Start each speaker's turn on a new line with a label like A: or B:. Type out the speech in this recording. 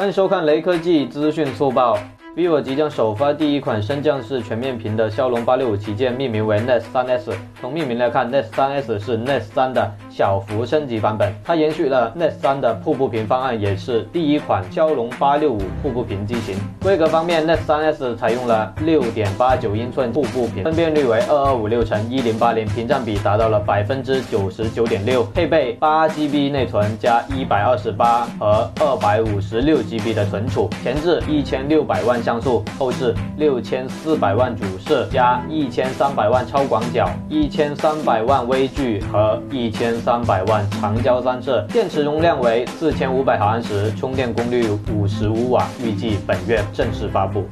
A: 欢迎收看雷科技资讯速报。vivo 即将首发第一款升降式全面屏的骁龙865旗舰，命名为 Nest 3S。从命名来看 ，Nest 3S 是 Nest 3的小幅升级版本，它延续了 Nest 3的瀑布屏方案，也是第一款骁龙865瀑布屏机型。规格方面 ，Nest 3S 采用了 6.89英寸瀑布屏，分辨率为2256×1080，屏占比达到了99.6%，配备8GB 内存加128和256GB 的存储，前置1600万像素，后置6400万主摄加1300万超广角、1300万微距和1300万长焦三摄，电池容量为4500毫安时，充电功率55瓦，预计本月正式发布。